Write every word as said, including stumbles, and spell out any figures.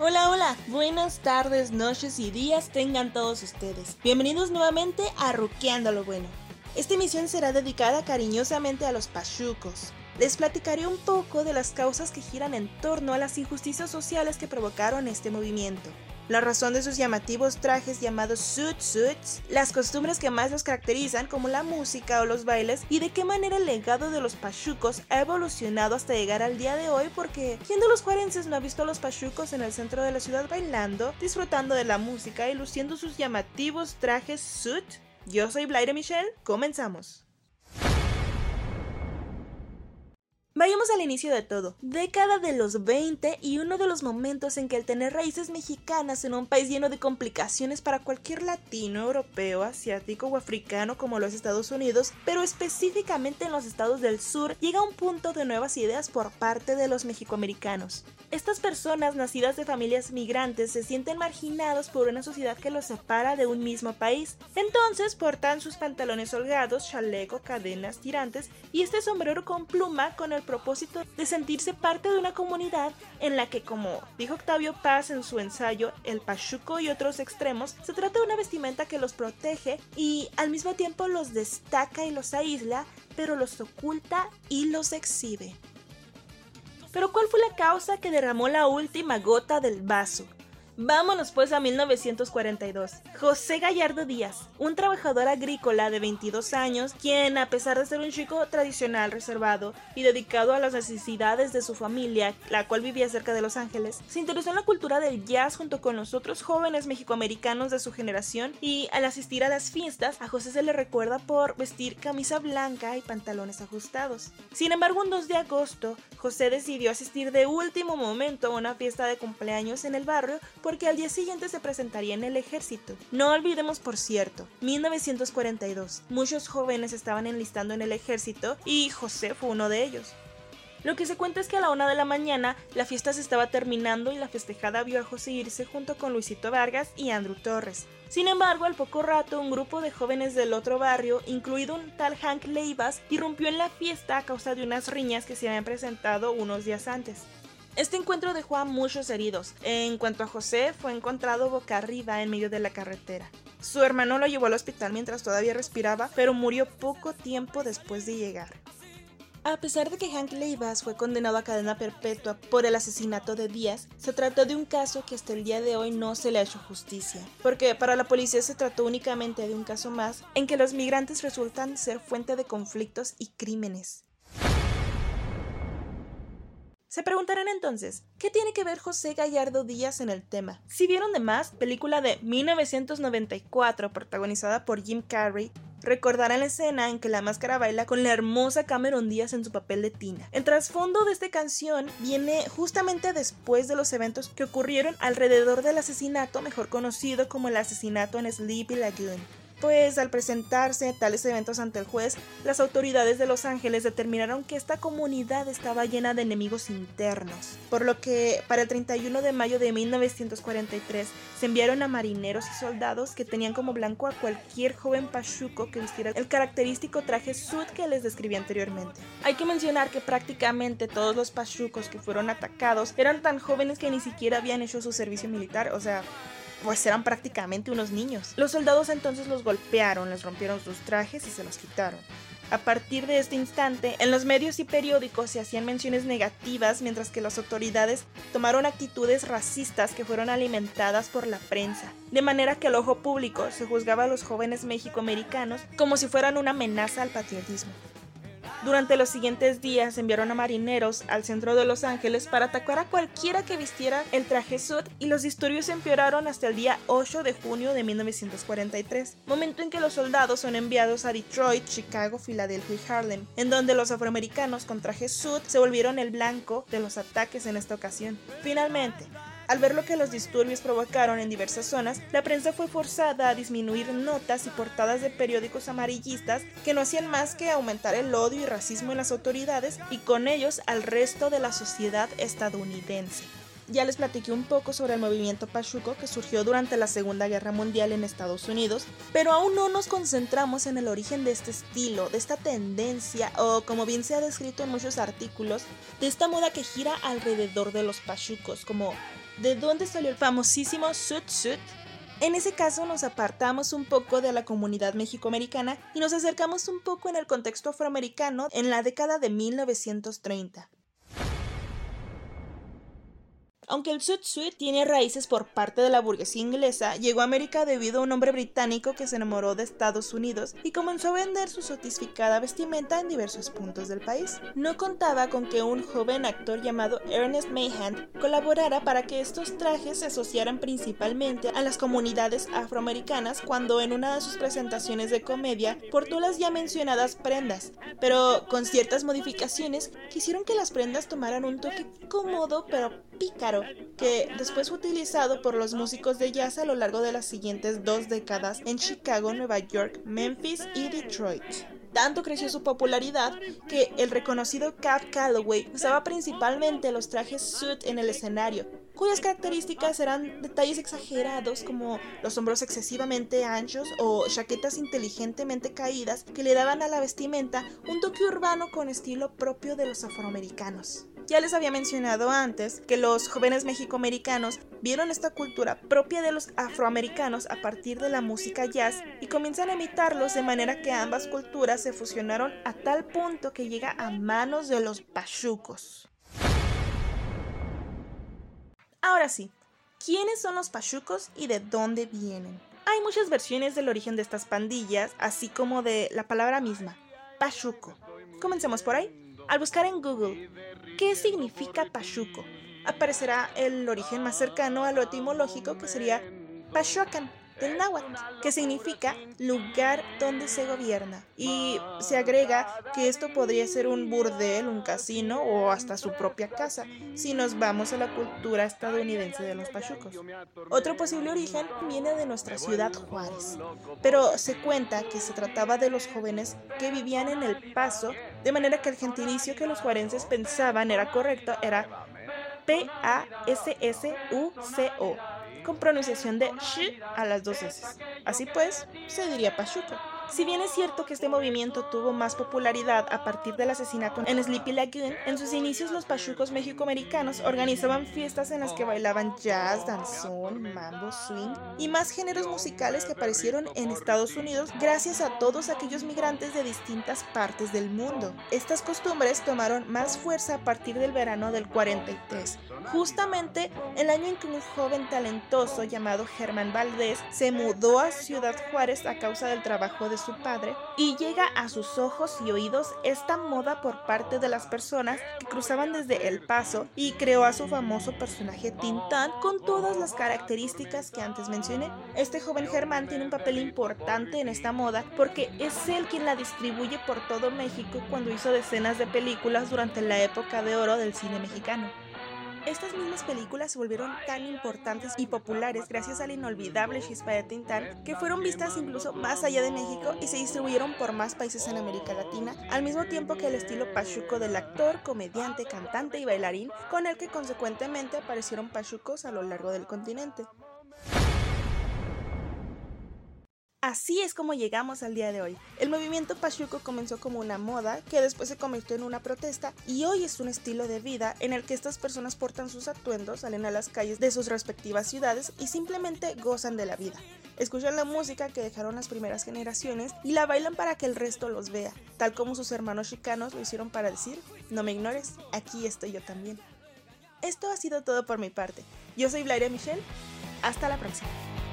Hola, hola, buenas tardes, noches y días tengan todos ustedes. Bienvenidos nuevamente a Ruqueando lo Bueno. Esta emisión será dedicada cariñosamente a los pachucos. Les platicaré un poco de las causas que giran en torno a las injusticias sociales que provocaron este movimiento, la razón de sus llamativos trajes llamados suit suits, las costumbres que más los caracterizan como la música o los bailes y de qué manera el legado de los pachucos ha evolucionado hasta llegar al día de hoy, porque ¿quién de los juarenses no ha visto a los pachucos en el centro de la ciudad bailando, disfrutando de la música y luciendo sus llamativos trajes suit? Yo soy Blaire Michelle, comenzamos. Vayamos al inicio de todo, década de los veinte y uno de los momentos en que el tener raíces mexicanas en un país lleno de complicaciones para cualquier latino, europeo, asiático o africano como los Estados Unidos, pero específicamente en los estados del sur, llega a un punto de nuevas ideas por parte de los mexicoamericanos. Estas personas nacidas de familias migrantes se sienten marginados por una sociedad que los separa de un mismo país. Entonces portan sus pantalones holgados, chaleco, cadenas, tirantes y este sombrero con pluma con el propósito de sentirse parte de una comunidad en la que, como dijo Octavio Paz en su ensayo El Pachuco y otros extremos, se trata de una vestimenta que los protege y al mismo tiempo los destaca y los aísla, pero los oculta y los exhibe. Pero ¿cuál fue la causa que derramó la última gota del vaso? Vámonos pues a mil novecientos cuarenta y dos. José Gallardo Díaz, un trabajador agrícola de veintidós años, quien a pesar de ser un chico tradicional, reservado y dedicado a las necesidades de su familia, la cual vivía cerca de Los Ángeles, se interesó en la cultura del jazz junto con los otros jóvenes mexicoamericanos de su generación, y al asistir a las fiestas, a José se le recuerda por vestir camisa blanca y pantalones ajustados. Sin embargo, un dos de agosto, José decidió asistir de último momento a una fiesta de cumpleaños en el barrio, porque al día siguiente se presentaría en el ejército. No olvidemos, por cierto, mil novecientos cuarenta y dos, muchos jóvenes estaban enlistando en el ejército y José fue uno de ellos. Lo que se cuenta es que a la una de la mañana la fiesta se estaba terminando y la festejada vio a José irse junto con Luisito Vargas y Andrew Torres. Sin embargo, al poco rato un grupo de jóvenes del otro barrio, incluido un tal Hank Leivas, irrumpió en la fiesta a causa de unas riñas que se habían presentado unos días antes. Este encuentro dejó a muchos heridos. En cuanto a José, fue encontrado boca arriba en medio de la carretera. Su hermano lo llevó al hospital mientras todavía respiraba, pero murió poco tiempo después de llegar. A pesar de que Hank Leivas fue condenado a cadena perpetua por el asesinato de Díaz, se trató de un caso que hasta el día de hoy no se le ha hecho justicia, porque para la policía se trató únicamente de un caso más en que los migrantes resultan ser fuente de conflictos y crímenes. Se preguntarán entonces, ¿qué tiene que ver José Gallardo Díaz en el tema? Si vieron The Mask, película de mil novecientos noventa y cuatro protagonizada por Jim Carrey, recordarán la escena en que la máscara baila con la hermosa Cameron Díaz en su papel de Tina. El trasfondo de esta canción viene justamente después de los eventos que ocurrieron alrededor del asesinato, mejor conocido como el asesinato en Sleepy Lagoon. Pues al presentarse tales eventos ante el juez, las autoridades de Los Ángeles determinaron que esta comunidad estaba llena de enemigos internos, por lo que para el treinta y uno de mayo de mil novecientos cuarenta y tres se enviaron a marineros y soldados que tenían como blanco a cualquier joven pachuco que vistiera el característico traje suit que les describí anteriormente. Hay que mencionar que prácticamente todos los pachucos que fueron atacados eran tan jóvenes que ni siquiera habían hecho su servicio militar, o sea, pues eran prácticamente unos niños. Los soldados entonces los golpearon, les rompieron sus trajes y se los quitaron. A partir de este instante, en los medios y periódicos se hacían menciones negativas, mientras que las autoridades tomaron actitudes racistas que fueron alimentadas por la prensa, de manera que al ojo público se juzgaba a los jóvenes mexicoamericanos como si fueran una amenaza al patriotismo. Durante los siguientes días enviaron a marineros al centro de Los Ángeles para atacar a cualquiera que vistiera el traje suit, y los disturbios empeoraron hasta el día ocho de junio de mil novecientos cuarenta y tres, momento en que los soldados son enviados a Detroit, Chicago, Filadelfia y Harlem, en donde los afroamericanos con traje suit se volvieron el blanco de los ataques en esta ocasión. Finalmente, al ver lo que los disturbios provocaron en diversas zonas, la prensa fue forzada a disminuir notas y portadas de periódicos amarillistas que no hacían más que aumentar el odio y racismo en las autoridades y con ellos al resto de la sociedad estadounidense. Ya les platiqué un poco sobre el movimiento pachuco que surgió durante la Segunda Guerra Mundial en Estados Unidos, pero aún no nos concentramos en el origen de este estilo, de esta tendencia, o como bien se ha descrito en muchos artículos, de esta moda que gira alrededor de los pachucos, como ¿de dónde salió el famosísimo Sut Sut? En ese caso nos apartamos un poco de la comunidad mexicoamericana y nos acercamos un poco en el contexto afroamericano en la década de mil novecientos treinta. Aunque el Sut Sut tiene raíces por parte de la burguesía inglesa, llegó a América debido a un hombre británico que se enamoró de Estados Unidos y comenzó a vender su sofistificada vestimenta en diversos puntos del país. No contaba con que un joven actor llamado Ernest Mayhand colaborara para que estos trajes se asociaran principalmente a las comunidades afroamericanas cuando en una de sus presentaciones de comedia portó las ya mencionadas prendas, pero con ciertas modificaciones que hicieron que las prendas tomaran un toque cómodo pero pícaro, que después fue utilizado por los músicos de jazz a lo largo de las siguientes dos décadas en Chicago, Nueva York, Memphis y Detroit. Tanto creció su popularidad que el reconocido Cab Calloway usaba principalmente los trajes suit en el escenario, cuyas características eran detalles exagerados como los hombros excesivamente anchos o chaquetas inteligentemente caídas que le daban a la vestimenta un toque urbano con estilo propio de los afroamericanos. Ya les había mencionado antes que los jóvenes mexicoamericanos vieron esta cultura propia de los afroamericanos a partir de la música jazz y comienzan a imitarlos de manera que ambas culturas se fusionaron a tal punto que llega a manos de los pachucos. Ahora sí, ¿quiénes son los pachucos y de dónde vienen? Hay muchas versiones del origen de estas pandillas, así como de la palabra misma, pachuco. Comencemos por ahí. Al buscar en Google, ¿qué significa pachuco? Aparecerá el origen más cercano a lo etimológico, que sería Pachuacan, del náhuatl, que significa lugar donde se gobierna, y se agrega que esto podría ser un burdel, un casino o hasta su propia casa, si nos vamos a la cultura estadounidense de los pachucos. Otro posible origen viene de nuestra ciudad Juárez, pero se cuenta que se trataba de los jóvenes que vivían en El Paso, de manera que el gentilicio que los juarenses pensaban era correcto era P A S S U C O, con pronunciación de sh a las dos s. Así pues, se diría pachuco. Si bien es cierto que este movimiento tuvo más popularidad a partir del asesinato en Sleepy Lagoon, en sus inicios los pachucos mexicoamericanos organizaban fiestas en las que bailaban jazz, danzón, mambo, swing y más géneros musicales que aparecieron en Estados Unidos gracias a todos aquellos migrantes de distintas partes del mundo. Estas costumbres tomaron más fuerza a partir del verano del cuarenta y tres, justamente el año en que un joven talentoso llamado Germán Valdés se mudó a Ciudad Juárez a causa del trabajo de su padre, y llega a sus ojos y oídos esta moda por parte de las personas que cruzaban desde El Paso, y creó a su famoso personaje Tintán con todas las características que antes mencioné. Este joven Germán tiene un papel importante en esta moda porque es él quien la distribuye por todo México cuando hizo decenas de películas durante la época de oro del cine mexicano. Estas mismas películas se volvieron tan importantes y populares gracias a la inolvidable chispa de Tintán que fueron vistas incluso más allá de México y se distribuyeron por más países en América Latina, al mismo tiempo que el estilo pachuco del actor, comediante, cantante y bailarín, con el que consecuentemente aparecieron pachucos a lo largo del continente. Así es como llegamos al día de hoy. El movimiento pachuco comenzó como una moda que después se convirtió en una protesta y hoy es un estilo de vida en el que estas personas portan sus atuendos, salen a las calles de sus respectivas ciudades y simplemente gozan de la vida. Escuchan la música que dejaron las primeras generaciones y la bailan para que el resto los vea, tal como sus hermanos chicanos lo hicieron para decir, no me ignores, aquí estoy yo también. Esto ha sido todo por mi parte. Yo soy Vlaire Michelle, hasta la próxima.